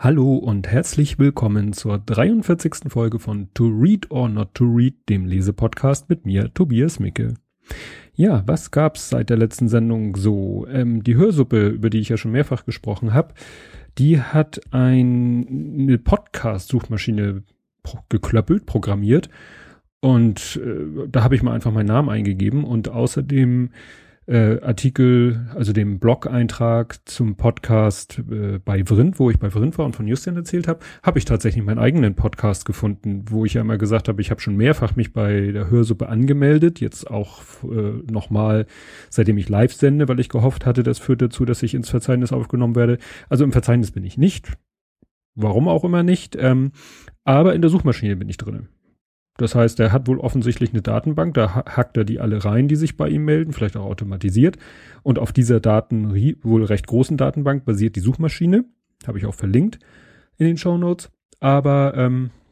Hallo und herzlich willkommen zur 43. Folge von To Read or Not to Read, dem Lesepodcast mit mir, Tobias Micke. Ja, was gab's seit der letzten Sendung so? Die Hörsuppe, über die ich ja schon mehrfach gesprochen habe, die hat eine Podcast-Suchmaschine programmiert und da habe ich mal einfach meinen Namen eingegeben und außerdem Artikel, also dem Blog-Eintrag zum Podcast bei Vrind, wo ich bei Vrind war und von Justin erzählt habe, habe ich tatsächlich meinen eigenen Podcast gefunden, wo ich ja immer gesagt habe, ich habe schon mehrfach mich bei der Hörsuppe angemeldet, jetzt auch nochmal, seitdem ich live sende, weil ich gehofft hatte, das führt dazu, dass ich ins Verzeichnis aufgenommen werde. Also im Verzeichnis bin ich nicht, warum auch immer nicht, aber in der Suchmaschine bin ich drin. Das heißt, er hat wohl offensichtlich eine Datenbank, da hackt er die alle rein, die sich bei ihm melden, vielleicht auch automatisiert. Und auf dieser wohl recht großen Datenbank basiert die Suchmaschine, habe ich auch verlinkt in den Shownotes. Aber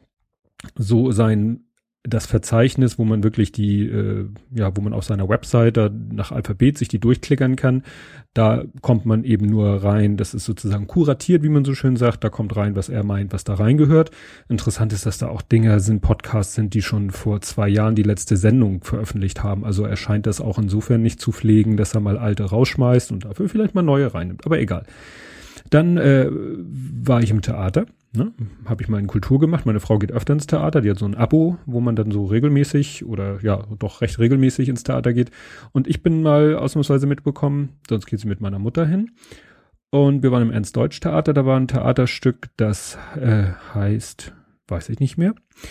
so das Verzeichnis, wo man wirklich wo man auf seiner Website nach Alphabet sich die durchklickern kann, da kommt man eben nur rein, das ist sozusagen kuratiert, wie man so schön sagt, da kommt rein, was er meint, was da reingehört. Interessant ist, dass da auch Podcasts sind, die schon vor 2 Jahren die letzte Sendung veröffentlicht haben, also er scheint das auch insofern nicht zu pflegen, dass er mal alte rausschmeißt und dafür vielleicht mal neue reinnimmt, aber egal. Dann war ich im Theater, ne? Habe ich mal in Kultur gemacht. Meine Frau geht öfter ins Theater, die hat so ein Abo, wo man dann so regelmäßig oder ja, doch recht regelmäßig ins Theater geht. Und ich bin mal ausnahmsweise mitbekommen, sonst geht sie mit meiner Mutter hin. Und wir waren im Ernst-Deutsch-Theater, da war ein Theaterstück, das heißt, weiß ich nicht mehr.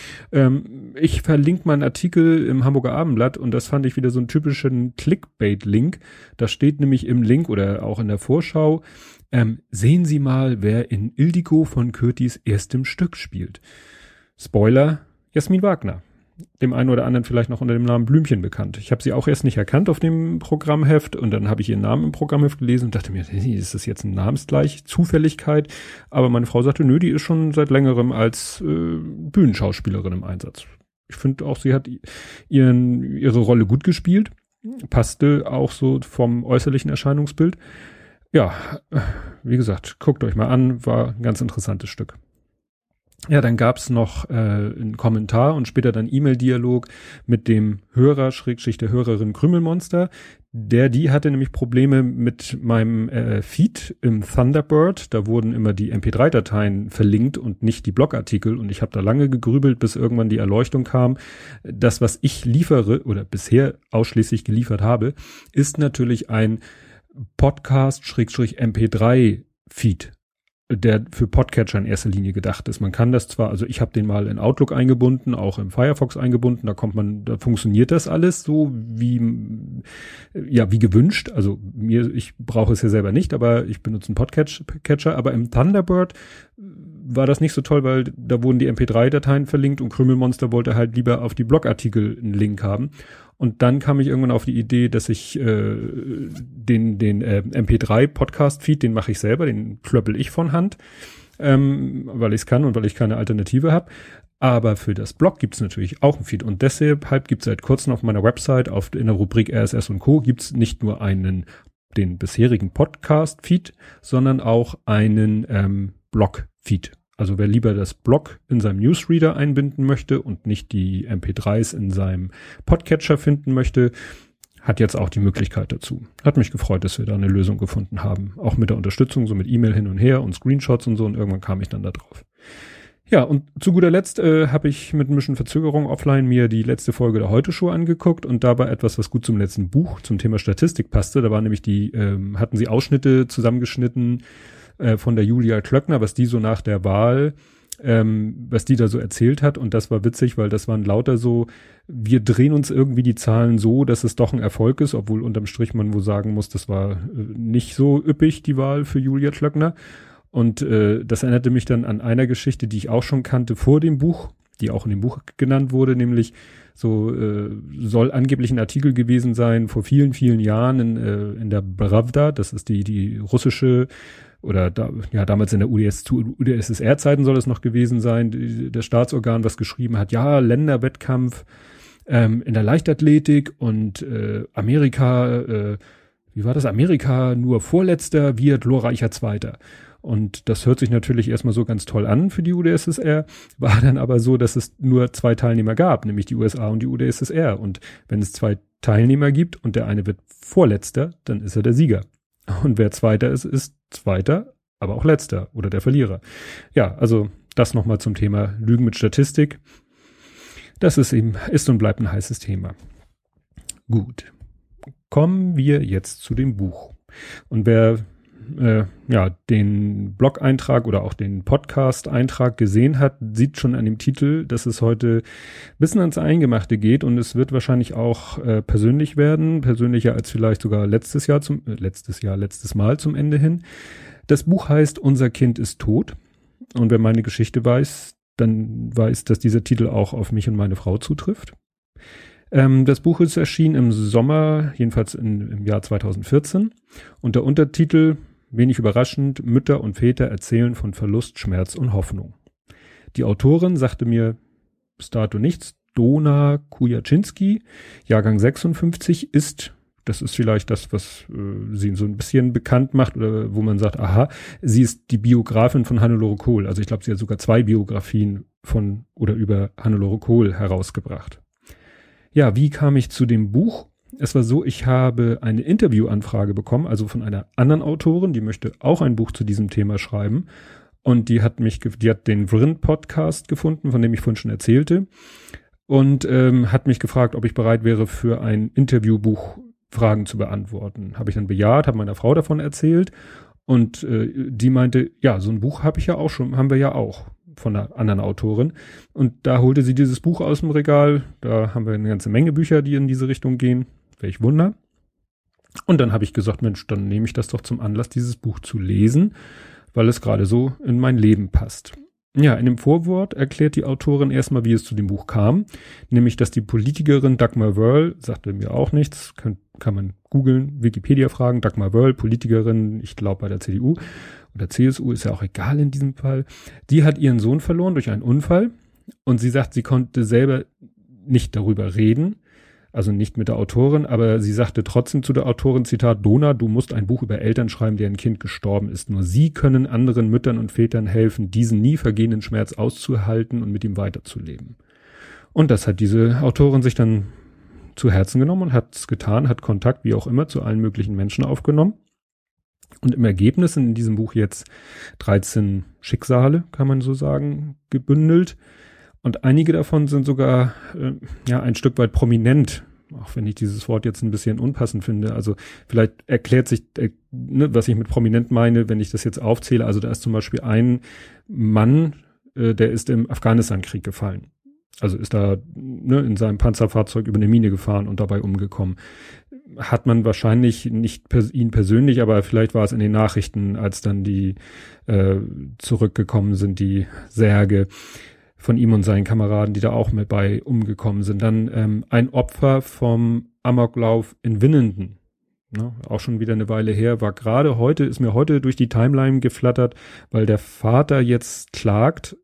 Ich verlinke meinen Artikel im Hamburger Abendblatt und das fand ich wieder so einen typischen Clickbait-Link. Da steht nämlich im Link oder auch in der Vorschau, sehen Sie mal, wer in Ildiko von Kürtis erstem Stück spielt. Spoiler, Jasmin Wagner. Dem einen oder anderen vielleicht noch unter dem Namen Blümchen bekannt. Ich habe sie auch erst nicht erkannt auf dem Programmheft und dann habe ich ihren Namen im Programmheft gelesen und dachte mir, ist das jetzt ein Namensgleich, Zufälligkeit? Aber meine Frau sagte, nö, die ist schon seit längerem als Bühnenschauspielerin im Einsatz. Ich finde auch, sie hat ihre Rolle gut gespielt, passte auch so vom äußerlichen Erscheinungsbild. Ja, wie gesagt, guckt euch mal an, war ein ganz interessantes Stück. Ja, dann gab's noch einen Kommentar und später dann E-Mail-Dialog mit dem Hörer, der Hörerin Krümelmonster. Die hatte nämlich Probleme mit meinem Feed im Thunderbird. Da wurden immer die MP3-Dateien verlinkt und nicht die Blogartikel. Und ich habe da lange gegrübelt, bis irgendwann die Erleuchtung kam. Das, was ich liefere oder bisher ausschließlich geliefert habe, ist natürlich ein Podcast-MP3-Feed, der für Podcatcher in erster Linie gedacht ist. Man kann das zwar, also ich habe den mal in Outlook eingebunden, auch im Firefox eingebunden, da funktioniert das alles so wie gewünscht. Also ich brauche es ja selber nicht, aber ich benutze einen Podcatcher, aber im Thunderbird war das nicht so toll, weil da wurden die MP3-Dateien verlinkt und Krümelmonster wollte halt lieber auf die Blogartikel einen Link haben. Und dann kam ich irgendwann auf die Idee, dass ich den MP3-Podcast-Feed, den mache ich selber, den klöppel ich von Hand, weil ich es kann und weil ich keine Alternative habe. Aber für das Blog gibt's natürlich auch einen Feed. Und deshalb gibt's seit kurzem auf meiner Website, in der Rubrik RSS und Co. gibt's nicht nur den bisherigen Podcast-Feed, sondern auch einen Blog-Feed. Also wer lieber das Blog in seinem Newsreader einbinden möchte und nicht die MP3s in seinem Podcatcher finden möchte, hat jetzt auch die Möglichkeit dazu. Hat mich gefreut, dass wir da eine Lösung gefunden haben. Auch mit der Unterstützung, so mit E-Mail hin und her und Screenshots und so. Und irgendwann kam ich dann da drauf. Ja, und zu guter Letzt habe ich mit ein bisschen Verzögerung offline mir die letzte Folge der Heute-Show angeguckt und dabei etwas, was gut zum letzten Buch, zum Thema Statistik passte. Da war nämlich hatten sie Ausschnitte zusammengeschnitten von der Julia Klöckner, was die so nach der Wahl, was die da so erzählt hat. Und das war witzig, weil das waren lauter so, wir drehen uns irgendwie die Zahlen so, dass es doch ein Erfolg ist, obwohl unterm Strich man wohl sagen muss, das war nicht so üppig, die Wahl für Julia Klöckner. Und das erinnerte mich dann an einer Geschichte, die ich auch schon kannte vor dem Buch, die auch in dem Buch genannt wurde, nämlich soll angeblich ein Artikel gewesen sein vor vielen, vielen Jahren in der Pravda, das ist die russische oder damals in der UdSSR-Zeiten soll es noch gewesen sein, das Staatsorgan, was geschrieben hat, ja, Länderwettkampf in der Leichtathletik und Amerika, wie war das? Amerika nur Vorletzter, wir glorreicher Zweiter. Und das hört sich natürlich erstmal so ganz toll an für die UdSSR, war dann aber so, dass es nur 2 Teilnehmer gab, nämlich die USA und die UdSSR. Und wenn es 2 Teilnehmer gibt und der eine wird Vorletzter, dann ist er der Sieger. Und wer Zweiter ist, ist Zweiter, aber auch Letzter oder der Verlierer. Ja, also das nochmal zum Thema Lügen mit Statistik. Das ist und bleibt ein heißes Thema. Gut. Kommen wir jetzt zu dem Buch. Und wer den Blog-Eintrag oder auch den Podcast-Eintrag gesehen hat, sieht schon an dem Titel, dass es heute ein bisschen ans Eingemachte geht und es wird wahrscheinlich auch persönlich werden, persönlicher als vielleicht sogar letztes Mal zum Ende hin. Das Buch heißt Unser Kind ist tot und wer meine Geschichte weiß, dann weiß, dass dieser Titel auch auf mich und meine Frau zutrifft. Das Buch ist erschienen im Sommer, jedenfalls im Jahr 2014 und der Untertitel, wenig überraschend, Mütter und Väter erzählen von Verlust, Schmerz und Hoffnung. Die Autorin sagte mir bis dato nichts. Dona Kujaczynski, Jahrgang 56, das ist vielleicht das, was sie so ein bisschen bekannt macht oder wo man sagt, aha, sie ist die Biografin von Hannelore Kohl. Also ich glaube, sie hat sogar 2 Biografien von oder über Hannelore Kohl herausgebracht. Ja, wie kam ich zu dem Buch? Es war so, ich habe eine Interviewanfrage bekommen, also von einer anderen Autorin, die möchte auch ein Buch zu diesem Thema schreiben. Und die hat den Vrind-Podcast gefunden, von dem ich vorhin schon erzählte. Und hat mich gefragt, ob ich bereit wäre, für ein Interviewbuch Fragen zu beantworten. Habe ich dann bejaht, habe meiner Frau davon erzählt. Und die meinte, ja, so ein Buch haben wir ja auch von einer anderen Autorin. Und da holte sie dieses Buch aus dem Regal. Da haben wir eine ganze Menge Bücher, die in diese Richtung gehen. Welch Wunder. Und dann habe ich gesagt, Mensch, dann nehme ich das doch zum Anlass, dieses Buch zu lesen, weil es gerade so in mein Leben passt. Ja, in dem Vorwort erklärt die Autorin erstmal, wie es zu dem Buch kam, nämlich, dass die Politikerin Dagmar Wörl, sagte mir auch nichts, kann man googeln, Wikipedia fragen, Dagmar Wörl, Politikerin, ich glaube bei der CDU oder CSU, ist ja auch egal in diesem Fall, die hat ihren Sohn verloren durch einen Unfall und sie sagt, sie konnte selber nicht darüber reden, also nicht mit der Autorin, aber sie sagte trotzdem zu der Autorin, Zitat, Dona, du musst ein Buch über Eltern schreiben, deren Kind gestorben ist. Nur sie können anderen Müttern und Vätern helfen, diesen nie vergehenden Schmerz auszuhalten und mit ihm weiterzuleben. Und das hat diese Autorin sich dann zu Herzen genommen und hat es getan, hat Kontakt, wie auch immer, zu allen möglichen Menschen aufgenommen. Und im Ergebnis sind in diesem Buch jetzt 13 Schicksale, kann man so sagen, gebündelt. Und einige davon sind sogar ein Stück weit prominent, auch wenn ich dieses Wort jetzt ein bisschen unpassend finde. Also vielleicht erklärt sich, was ich mit prominent meine, wenn ich das jetzt aufzähle. Also da ist zum Beispiel ein Mann, der ist im Afghanistan-Krieg gefallen. Also ist da in seinem Panzerfahrzeug über eine Mine gefahren und dabei umgekommen. Hat man wahrscheinlich nicht ihn persönlich, aber vielleicht war es in den Nachrichten, als dann die zurückgekommen sind, die Särge von ihm und seinen Kameraden, die da auch mit bei umgekommen sind. Dann ein Opfer vom Amoklauf in Winnenden. Auch schon wieder eine Weile her, ist mir heute durch die Timeline geflattert, weil der Vater jetzt klagt,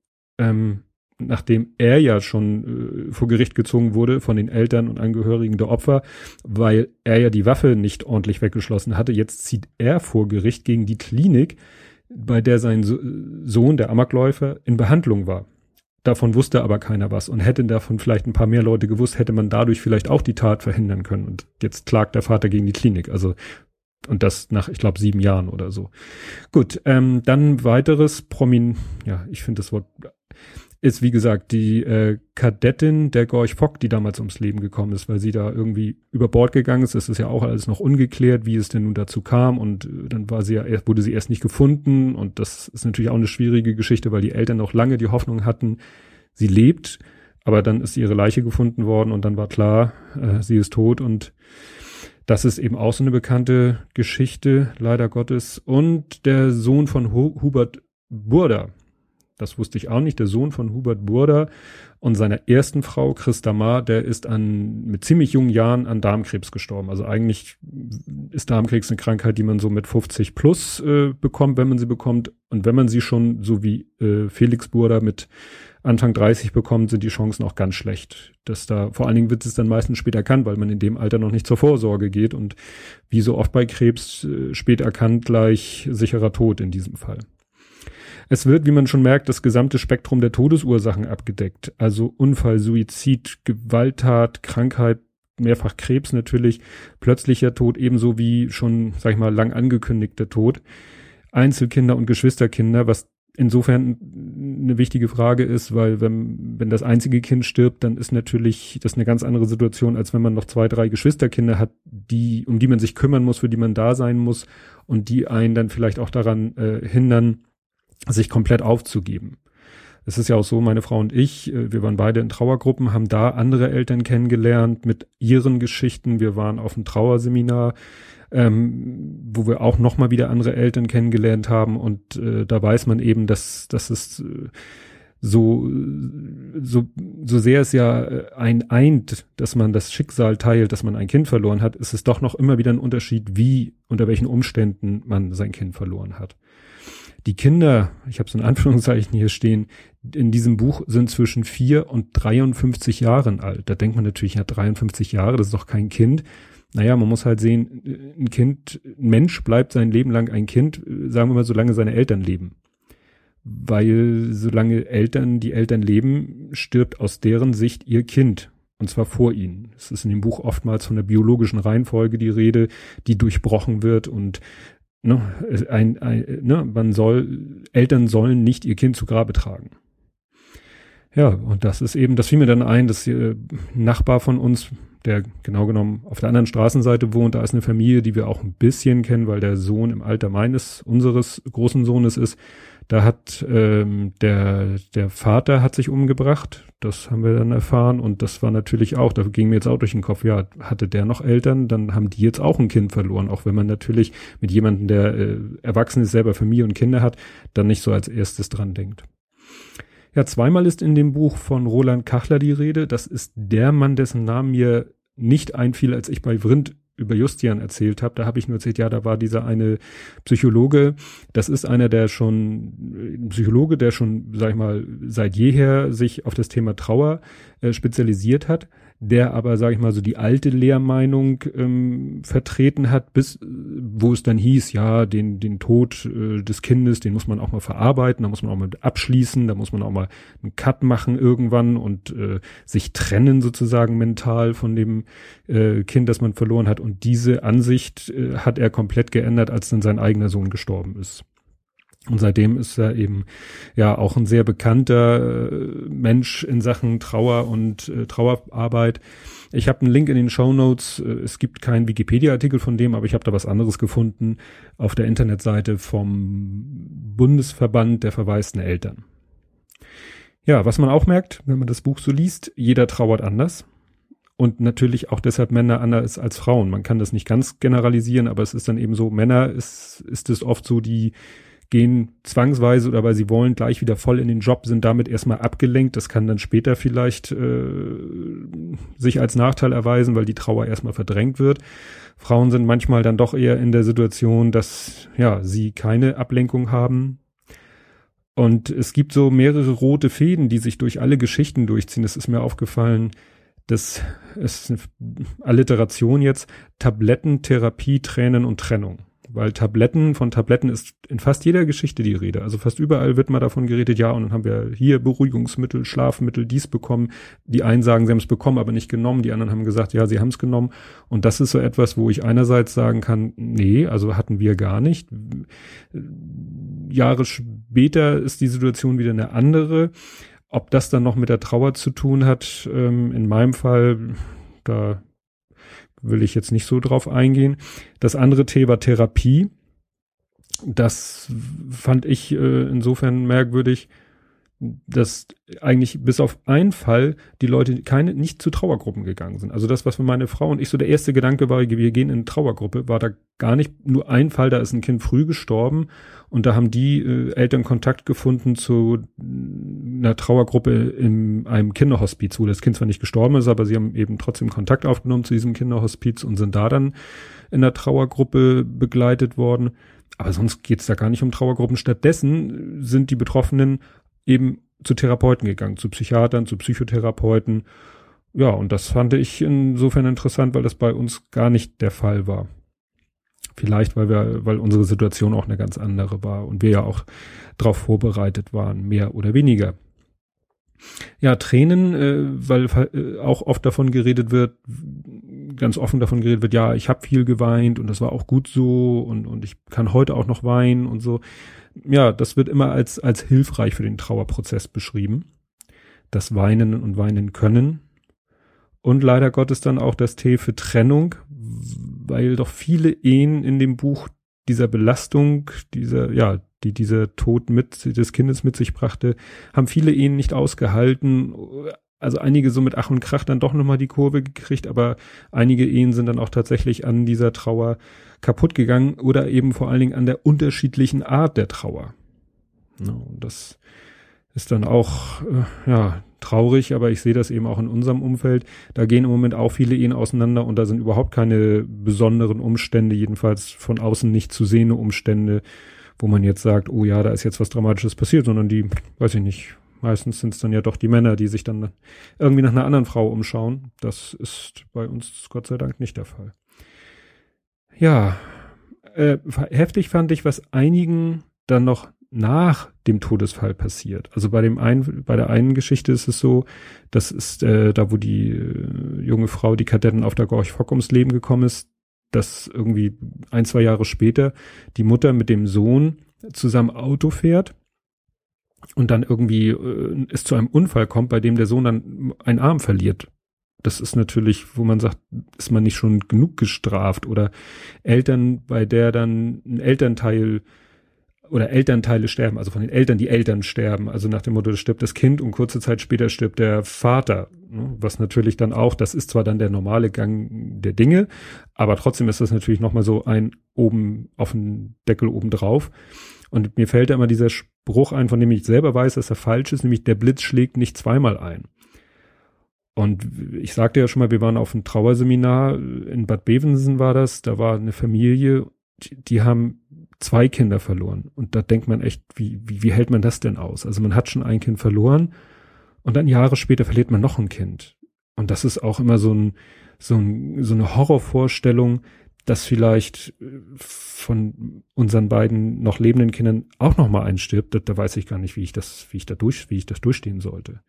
nachdem er ja schon vor Gericht gezogen wurde von den Eltern und Angehörigen der Opfer, weil er ja die Waffe nicht ordentlich weggeschlossen hatte. Jetzt zieht er vor Gericht gegen die Klinik, bei der sein Sohn, der Amokläufer, in Behandlung war. Davon wusste aber keiner was und hätten davon vielleicht ein paar mehr Leute gewusst, hätte man dadurch vielleicht auch die Tat verhindern können. Und jetzt klagt der Vater gegen die Klinik. Also, und das nach, ich glaube, 7 Jahren oder so. Gut, dann weiteres ich finde das Wort, ist wie gesagt die Kadettin der Gorch Fock, die damals ums Leben gekommen ist, weil sie da irgendwie über Bord gegangen ist. Es ist ja auch alles noch ungeklärt, wie es denn nun dazu kam und dann wurde sie erst nicht gefunden und das ist natürlich auch eine schwierige Geschichte, weil die Eltern noch lange die Hoffnung hatten, sie lebt, aber dann ist ihre Leiche gefunden worden und dann war klar, sie ist tot und das ist eben auch so eine bekannte Geschichte, leider Gottes. Und der Sohn von Hubert Burda, das wusste ich auch nicht, der Sohn von Hubert Burda und seiner ersten Frau Christa Maar, der ist mit ziemlich jungen Jahren an Darmkrebs gestorben. Also eigentlich ist Darmkrebs eine Krankheit, die man so mit 50 plus bekommt, wenn man sie bekommt. Und wenn man sie schon, so wie Felix Burda mit Anfang 30 bekommt, sind die Chancen auch ganz schlecht. Vor allen Dingen wird es dann meistens spät erkannt, weil man in dem Alter noch nicht zur Vorsorge geht. Und wie so oft bei Krebs, spät erkannt gleich sicherer Tod in diesem Fall. Es wird, wie man schon merkt, das gesamte Spektrum der Todesursachen abgedeckt. Also Unfall, Suizid, Gewalttat, Krankheit, mehrfach Krebs natürlich, plötzlicher Tod, ebenso wie schon, sag ich mal, lang angekündigter Tod. Einzelkinder und Geschwisterkinder, was insofern eine wichtige Frage ist, weil wenn das einzige Kind stirbt, dann ist natürlich das eine ganz andere Situation, als wenn man noch 2, 3 Geschwisterkinder hat, um die man sich kümmern muss, für die man da sein muss und die einen dann vielleicht auch daran hindern, sich komplett aufzugeben. Es ist ja auch so, meine Frau und ich, wir waren beide in Trauergruppen, haben da andere Eltern kennengelernt mit ihren Geschichten. Wir waren auf einem Trauerseminar, wo wir auch nochmal wieder andere Eltern kennengelernt haben und da weiß man eben, dass es so sehr es ja eint, dass man das Schicksal teilt, dass man ein Kind verloren hat, ist es doch noch immer wieder ein Unterschied, unter welchen Umständen man sein Kind verloren hat. Die Kinder, ich habe es in Anführungszeichen hier stehen, in diesem Buch sind zwischen 4 und 53 Jahren alt. Da denkt man natürlich, ja, 53 Jahre, das ist doch kein Kind. Naja, man muss halt sehen, ein Mensch bleibt sein Leben lang ein Kind, sagen wir mal, solange seine Eltern leben. Weil solange die Eltern leben, stirbt aus deren Sicht ihr Kind. Und zwar vor ihnen. Es ist in dem Buch oftmals von der biologischen Reihenfolge die Rede, die durchbrochen wird und Eltern sollen nicht ihr Kind zu Grabe tragen. Ja, und das fiel mir dann ein, dass ein Nachbar von uns, der genau genommen auf der anderen Straßenseite wohnt, da ist eine Familie, die wir auch ein bisschen kennen, weil der Sohn im Alter unseres großen Sohnes ist. Da hat der Vater hat sich umgebracht, das haben wir dann erfahren und das war natürlich auch, da ging mir jetzt auch durch den Kopf, ja, hatte der noch Eltern, dann haben die jetzt auch ein Kind verloren, auch wenn man natürlich mit jemandem, der erwachsen ist, selber Familie und Kinder hat, dann nicht so als erstes dran denkt. Ja, zweimal ist in dem Buch von Roland Kachler die Rede, das ist der Mann, dessen Namen mir nicht einfiel, als ich bei Vrindt über Justian erzählt habe, da habe ich nur erzählt, ja, da war dieser eine Psychologe, das ist einer, der schon, sag ich mal, seit jeher sich auf das Thema Trauer spezialisiert hat, der aber, sag ich mal, so die alte Lehrmeinung vertreten hat, bis wo es dann hieß, ja, den Tod des Kindes, den muss man auch mal verarbeiten, da muss man auch mal abschließen, da muss man auch mal einen Cut machen irgendwann und sich trennen sozusagen mental von dem Kind, das man verloren hat. Und diese Ansicht hat er komplett geändert, als dann sein eigener Sohn gestorben ist. Und seitdem ist er eben ja auch ein sehr bekannter Mensch in Sachen Trauer und Trauerarbeit. Ich habe einen Link in den Shownotes. Es gibt keinen Wikipedia-Artikel von dem, aber ich habe da was anderes gefunden auf der Internetseite vom Bundesverband der verwaisten Eltern. Ja, was man auch merkt, wenn man das Buch so liest, jeder trauert anders. Und natürlich auch deshalb Männer anders als Frauen. Man kann das nicht ganz generalisieren, aber es ist dann eben so, Männer ist es oft so, die gehen zwangsweise oder weil sie wollen gleich wieder voll in den Job, sind damit erstmal abgelenkt. Das kann dann später vielleicht sich als Nachteil erweisen, weil die Trauer erstmal verdrängt wird. Frauen sind manchmal dann doch eher in der Situation, dass ja sie keine Ablenkung haben. Und es gibt so mehrere rote Fäden, die sich durch alle Geschichten durchziehen. Das ist mir aufgefallen. Das ist eine Alliteration jetzt. Tabletten, Therapie, Tränen und Trennung. Weil von Tabletten ist in fast jeder Geschichte die Rede. Also fast überall wird mal davon geredet, ja, und dann haben wir hier Beruhigungsmittel, Schlafmittel, dies bekommen. Die einen sagen, sie haben es bekommen, aber nicht genommen. Die anderen haben gesagt, ja, sie haben es genommen. Und das ist so etwas, wo ich einerseits sagen kann, nee, also hatten wir gar nicht. Jahre später ist die Situation wieder eine andere. Ob das dann noch mit der Trauer zu tun hat, in meinem Fall, da will ich jetzt nicht so drauf eingehen. Das andere Thema Therapie, das fand ich insofern merkwürdig, dass eigentlich bis auf einen Fall die Leute nicht zu Trauergruppen gegangen sind. Also das, was für meine Frau und ich so der erste Gedanke war, wir gehen in eine Trauergruppe, war da gar nicht nur ein Fall, da ist ein Kind früh gestorben und da haben die Eltern Kontakt gefunden zu einer Trauergruppe in einem Kinderhospiz, wo das Kind zwar nicht gestorben ist, aber sie haben eben trotzdem Kontakt aufgenommen zu diesem Kinderhospiz und sind da dann in der Trauergruppe begleitet worden. Aber sonst geht's da gar nicht um Trauergruppen. Stattdessen sind die Betroffenen eben zu Therapeuten gegangen, zu Psychiatern, zu Psychotherapeuten. Ja, und das fand ich insofern interessant, weil das bei uns gar nicht der Fall war. Vielleicht, weil unsere Situation auch eine ganz andere war und wir ja auch darauf vorbereitet waren, mehr oder weniger. Ja, Tränen, weil auch oft davon geredet wird, ganz offen davon geredet wird, ja, ich habe viel geweint und das war auch gut so und ich kann heute auch noch weinen und so. Ja, das wird immer als hilfreich für den Trauerprozess beschrieben. Das Weinen und Weinen können. Und leider Gottes dann auch das T für Trennung, weil doch viele Ehen in dem Buch dieser Belastung, die dieser Tod des Kindes mit sich brachte, haben viele Ehen nicht ausgehalten. Also einige so mit Ach und Krach dann doch nochmal die Kurve gekriegt, aber einige Ehen sind dann auch tatsächlich an dieser Trauer kaputt gegangen oder eben vor allen Dingen an der unterschiedlichen Art der Trauer. Ja, und das ist dann auch, traurig, aber ich sehe das eben auch in unserem Umfeld. Da gehen im Moment auch viele Ehen auseinander und da sind überhaupt keine besonderen Umstände, jedenfalls von außen nicht zu sehende Umstände, wo man jetzt sagt, oh ja, da ist jetzt was Dramatisches passiert, sondern die, weiß ich nicht, meistens sind es dann ja doch die Männer, die sich dann irgendwie nach einer anderen Frau umschauen. Das ist bei uns Gott sei Dank nicht der Fall. Ja, heftig fand ich, was einigen dann noch nach dem Todesfall passiert. Also bei der einen Geschichte ist es so, das ist da, wo die junge Frau, die Kadetten auf der Gorch Fock ums Leben gekommen ist, dass irgendwie 1-2 Jahre später die Mutter mit dem Sohn zusammen Auto fährt und dann irgendwie es zu einem Unfall kommt, bei dem der Sohn dann einen Arm verliert. Das ist natürlich, wo man sagt, ist man nicht schon genug gestraft oder Eltern, bei der dann ein Elternteil oder Elternteile sterben, also von den Eltern die Eltern sterben, also nach dem Motto, stirbt das Kind und kurze Zeit später stirbt der Vater, ne? Was natürlich dann auch, das ist zwar dann der normale Gang der Dinge, aber trotzdem ist das natürlich nochmal so ein oben auf den Deckel oben drauf. Und mir fällt da immer dieser Spruch ein, von dem ich selber weiß, dass er falsch ist, nämlich der Blitz schlägt nicht zweimal ein. Und ich sagte ja schon mal, wir waren auf einem Trauerseminar, in Bad Bevensen war das, da war eine Familie, die haben 2 Kinder verloren. Und da denkt man echt, wie hält man das denn aus? Also man hat schon ein Kind verloren und dann Jahre später verliert man noch ein Kind. Und das ist auch immer so eine Horrorvorstellung, dass vielleicht von unseren beiden noch lebenden Kindern auch noch mal eins stirbt. Da weiß ich gar nicht, wie ich das durchstehen sollte.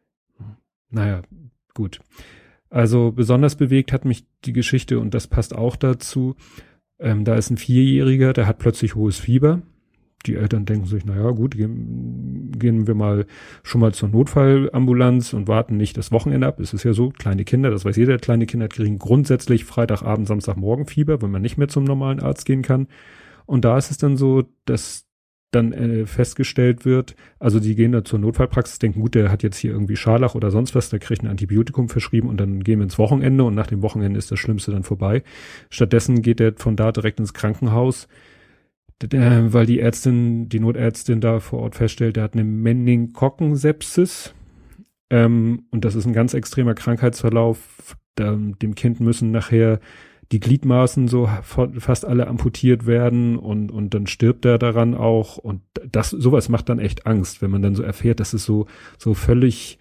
Naja, gut. Also besonders bewegt hat mich die Geschichte und das passt auch dazu. Da ist ein 4-Jähriger, der hat plötzlich hohes Fieber. Die Eltern denken sich, naja gut, gehen wir schon mal zur Notfallambulanz und warten nicht das Wochenende ab. Es ist ja so, kleine Kinder, das weiß jeder, kleine Kinder kriegen grundsätzlich Freitagabend, Samstagmorgen Fieber, wenn man nicht mehr zum normalen Arzt gehen kann. Und da ist es dann so, dass dann festgestellt wird, also die gehen da zur Notfallpraxis, denken, gut, der hat jetzt hier irgendwie Scharlach oder sonst was, der kriegt ein Antibiotikum verschrieben und dann gehen wir ins Wochenende und nach dem Wochenende ist das Schlimmste dann vorbei. Stattdessen geht er von da direkt ins Krankenhaus, weil die Notärztin da vor Ort feststellt, der hat eine Meningokokken-Sepsis und das ist ein ganz extremer Krankheitsverlauf. Dem Kind müssen nachher die Gliedmaßen so fast alle amputiert werden und dann stirbt er daran auch und sowas macht dann echt Angst, wenn man dann so erfährt, dass es so völlig,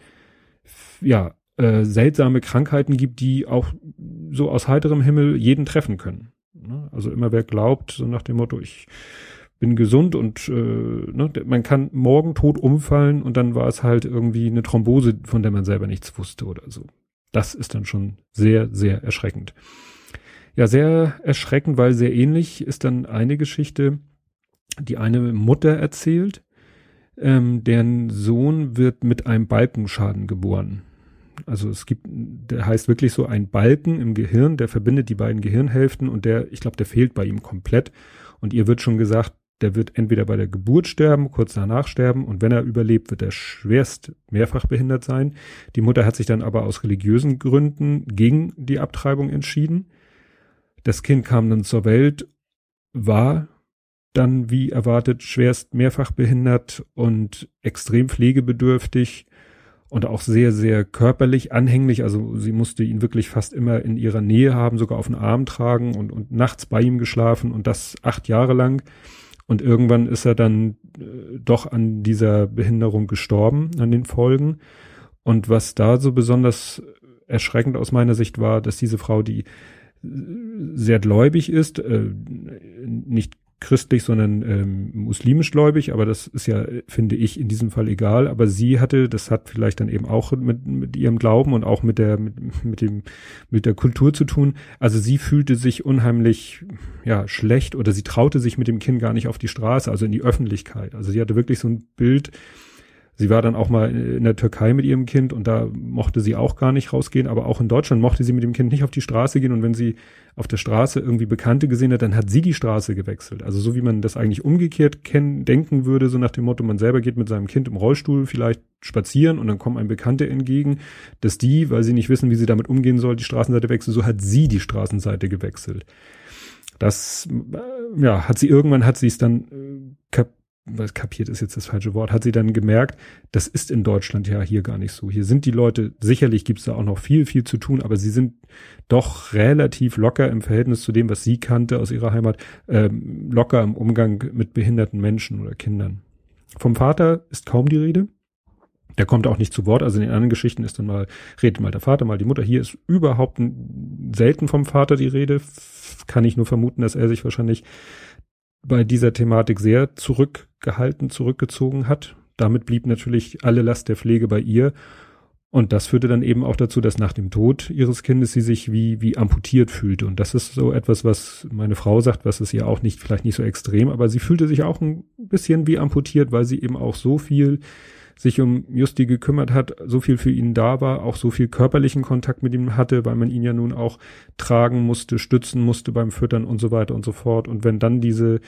seltsame Krankheiten gibt, die auch so aus heiterem Himmel jeden treffen können. Also immer wer glaubt, so nach dem Motto, ich bin gesund und man kann morgen tot umfallen und dann war es halt irgendwie eine Thrombose, von der man selber nichts wusste oder so. Das ist dann schon sehr, sehr erschreckend. Ja, sehr erschreckend, weil sehr ähnlich ist dann eine Geschichte, die eine Mutter erzählt, deren Sohn wird mit einem Balkenschaden geboren. Also der heißt wirklich so ein Balken im Gehirn, der verbindet die beiden Gehirnhälften und ich glaube, der fehlt bei ihm komplett. Und ihr wird schon gesagt, der wird entweder bei der Geburt sterben, kurz danach sterben und wenn er überlebt, wird er schwerst mehrfach behindert sein. Die Mutter hat sich dann aber aus religiösen Gründen gegen die Abtreibung entschieden. Das Kind kam dann zur Welt, war dann wie erwartet schwerst mehrfach behindert und extrem pflegebedürftig und auch sehr, sehr körperlich anhänglich. Also sie musste ihn wirklich fast immer in ihrer Nähe haben, sogar auf den Arm tragen und nachts bei ihm geschlafen und das 8 Jahre lang. Und irgendwann ist er dann doch an dieser Behinderung gestorben, an den Folgen. Und was da so besonders erschreckend aus meiner Sicht war, dass diese Frau, die sehr gläubig ist, nicht christlich, sondern muslimisch gläubig, aber das ist ja, finde ich, in diesem Fall egal. Aber sie hatte, das hat vielleicht dann eben auch mit ihrem Glauben und auch mit der Kultur zu tun. Also sie fühlte sich unheimlich, ja, schlecht, oder sie traute sich mit dem Kind gar nicht auf die Straße, also in die Öffentlichkeit. Also sie hatte wirklich so ein Bild. Sie war dann auch mal in der Türkei mit ihrem Kind und da mochte sie auch gar nicht rausgehen, aber auch in Deutschland mochte sie mit dem Kind nicht auf die Straße gehen, und wenn sie auf der Straße irgendwie Bekannte gesehen hat, dann hat sie die Straße gewechselt. Also so wie man das eigentlich umgekehrt denken würde, so nach dem Motto, man selber geht mit seinem Kind im Rollstuhl vielleicht spazieren und dann kommen einem Bekannte entgegen, dass die, weil sie nicht wissen, wie sie damit umgehen soll, die Straßenseite wechseln, so hat sie die Straßenseite gewechselt. Das, hat sie es dann kapiert ist jetzt das falsche Wort, hat sie dann gemerkt, das ist in Deutschland ja hier gar nicht so. Hier sind die Leute, sicherlich gibt's da auch noch viel, viel zu tun, aber sie sind doch relativ locker im Verhältnis zu dem, was sie kannte aus ihrer Heimat, locker im Umgang mit behinderten Menschen oder Kindern. Vom Vater ist kaum die Rede. Der kommt auch nicht zu Wort, also in den anderen Geschichten ist dann redet mal der Vater, mal die Mutter. Hier ist überhaupt selten vom Vater die Rede. Kann ich nur vermuten, dass er sich wahrscheinlich bei dieser Thematik sehr zurückgezogen hat. Damit blieb natürlich alle Last der Pflege bei ihr. Und das führte dann eben auch dazu, dass nach dem Tod ihres Kindes sie sich wie amputiert fühlte. Und das ist so etwas, was meine Frau sagt, was ist ihr auch nicht, vielleicht nicht so extrem, aber sie fühlte sich auch ein bisschen wie amputiert, weil sie eben auch so viel sich um Justi gekümmert hat, so viel für ihn da war, auch so viel körperlichen Kontakt mit ihm hatte, weil man ihn ja nun auch tragen musste, stützen musste beim Füttern und so weiter und so fort. Und wenn dann dieser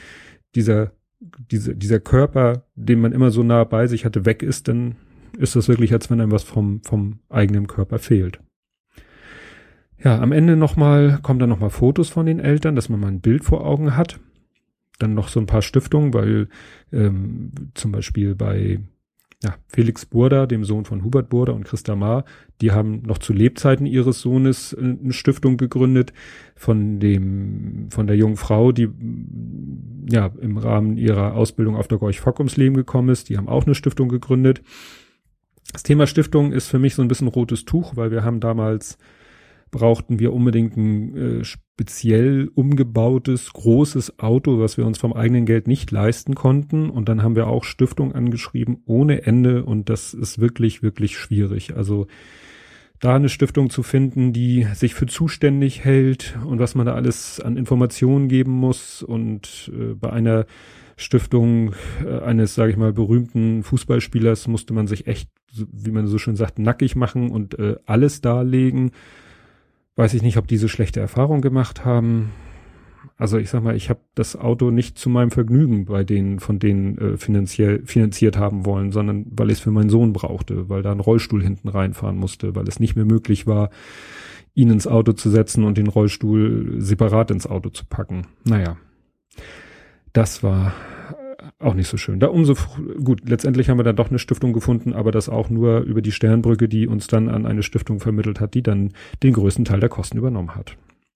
Körper, den man immer so nah bei sich hatte, weg ist, dann ist das wirklich, als wenn einem was vom eigenen Körper fehlt. Ja, am Ende kommen dann nochmal Fotos von den Eltern, dass man mal ein Bild vor Augen hat. Dann noch so ein paar Stiftungen, weil zum Beispiel bei Felix Burda, dem Sohn von Hubert Burda, und Christa Maar, die haben noch zu Lebzeiten ihres Sohnes eine Stiftung gegründet, von der jungen Frau, die im Rahmen ihrer Ausbildung auf der Gorch Fock ums Leben gekommen ist. Die haben auch eine Stiftung gegründet. Das Thema Stiftung ist für mich so ein bisschen rotes Tuch, weil brauchten wir unbedingt ein speziell umgebautes, großes Auto, was wir uns vom eigenen Geld nicht leisten konnten. Und dann haben wir auch Stiftung angeschrieben ohne Ende. Und das ist wirklich, wirklich schwierig. Also da eine Stiftung zu finden, die sich für zuständig hält und was man da alles an Informationen geben muss. Und bei einer Stiftung eines, sage ich mal, berühmten Fußballspielers musste man sich echt, wie man so schön sagt, nackig machen und alles darlegen. Weiß ich nicht, ob diese schlechte Erfahrung gemacht haben. Also ich sag mal, ich habe das Auto nicht zu meinem Vergnügen von denen finanziert haben wollen, sondern weil ich es für meinen Sohn brauchte, weil da ein Rollstuhl hinten reinfahren musste, weil es nicht mehr möglich war, ihn ins Auto zu setzen und den Rollstuhl separat ins Auto zu packen. Naja, das war auch nicht so schön. Gut, letztendlich haben wir dann doch eine Stiftung gefunden, aber das auch nur über die Sternbrücke, die uns dann an eine Stiftung vermittelt hat, die dann den größten Teil der Kosten übernommen hat.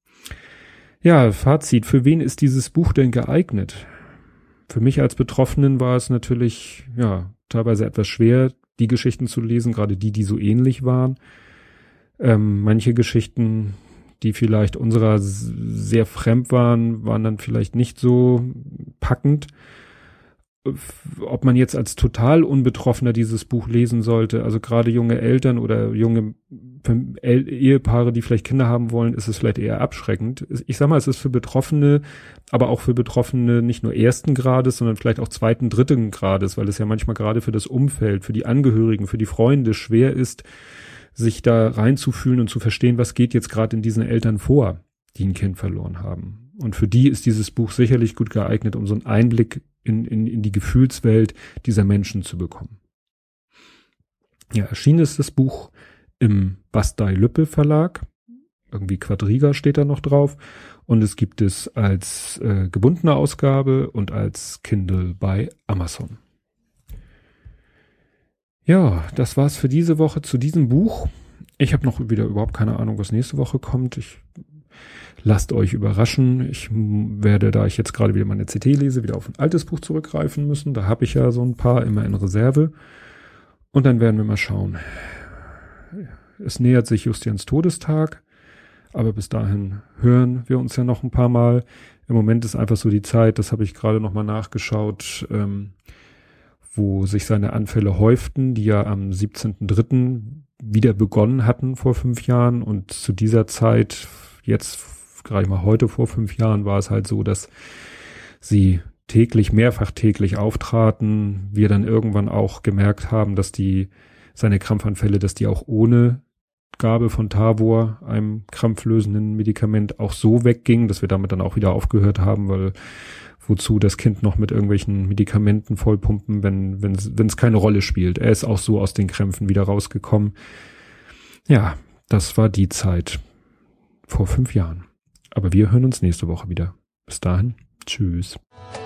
Ja, Fazit. Für wen ist dieses Buch denn geeignet? Für mich als Betroffenen war es natürlich, teilweise etwas schwer, die Geschichten zu lesen, gerade die so ähnlich waren. Manche Geschichten, die vielleicht unserer sehr fremd waren dann vielleicht nicht so packend. Ob man jetzt als total Unbetroffener dieses Buch lesen sollte, also gerade junge Eltern oder junge Ehepaare, die vielleicht Kinder haben wollen, ist es vielleicht eher abschreckend. Ich sag mal, es ist für Betroffene, aber auch für Betroffene nicht nur ersten Grades, sondern vielleicht auch zweiten, dritten Grades, weil es ja manchmal gerade für das Umfeld, für die Angehörigen, für die Freunde schwer ist, sich da reinzufühlen und zu verstehen, was geht jetzt gerade in diesen Eltern vor, die ein Kind verloren haben. Und für die ist dieses Buch sicherlich gut geeignet, um so einen Einblick in die Gefühlswelt dieser Menschen zu bekommen. Ja, erschienen ist das Buch im Bastei-Lübbe Verlag. Irgendwie Quadriga steht da noch drauf. Und es gibt es als gebundene Ausgabe und als Kindle bei Amazon. Ja, das war's für diese Woche zu diesem Buch. Ich habe noch wieder überhaupt keine Ahnung, was nächste Woche kommt. Lasst euch überraschen. Ich werde, da ich jetzt gerade wieder meine CT lese, wieder auf ein altes Buch zurückgreifen müssen. Da habe ich ja so ein paar immer in Reserve. Und dann werden wir mal schauen. Es nähert sich Justians Todestag. Aber bis dahin hören wir uns ja noch ein paar Mal. Im Moment ist einfach so die Zeit, das habe ich gerade noch mal nachgeschaut, wo sich seine Anfälle häuften, die ja am 17.03. wieder begonnen hatten vor 5 Jahren. Und zu dieser Zeit, jetzt gerade mal heute vor 5 Jahren, war es halt so, dass sie mehrfach täglich auftraten. Wir dann irgendwann auch gemerkt haben, dass seine Krampfanfälle, dass die auch ohne Gabe von Tavor, einem krampflösenden Medikament, auch so wegging, dass wir damit dann auch wieder aufgehört haben, weil wozu das Kind noch mit irgendwelchen Medikamenten vollpumpen, wenn es keine Rolle spielt. Er ist auch so aus den Krämpfen wieder rausgekommen. Ja, das war die Zeit vor 5 Jahren. Aber wir hören uns nächste Woche wieder. Bis dahin, tschüss.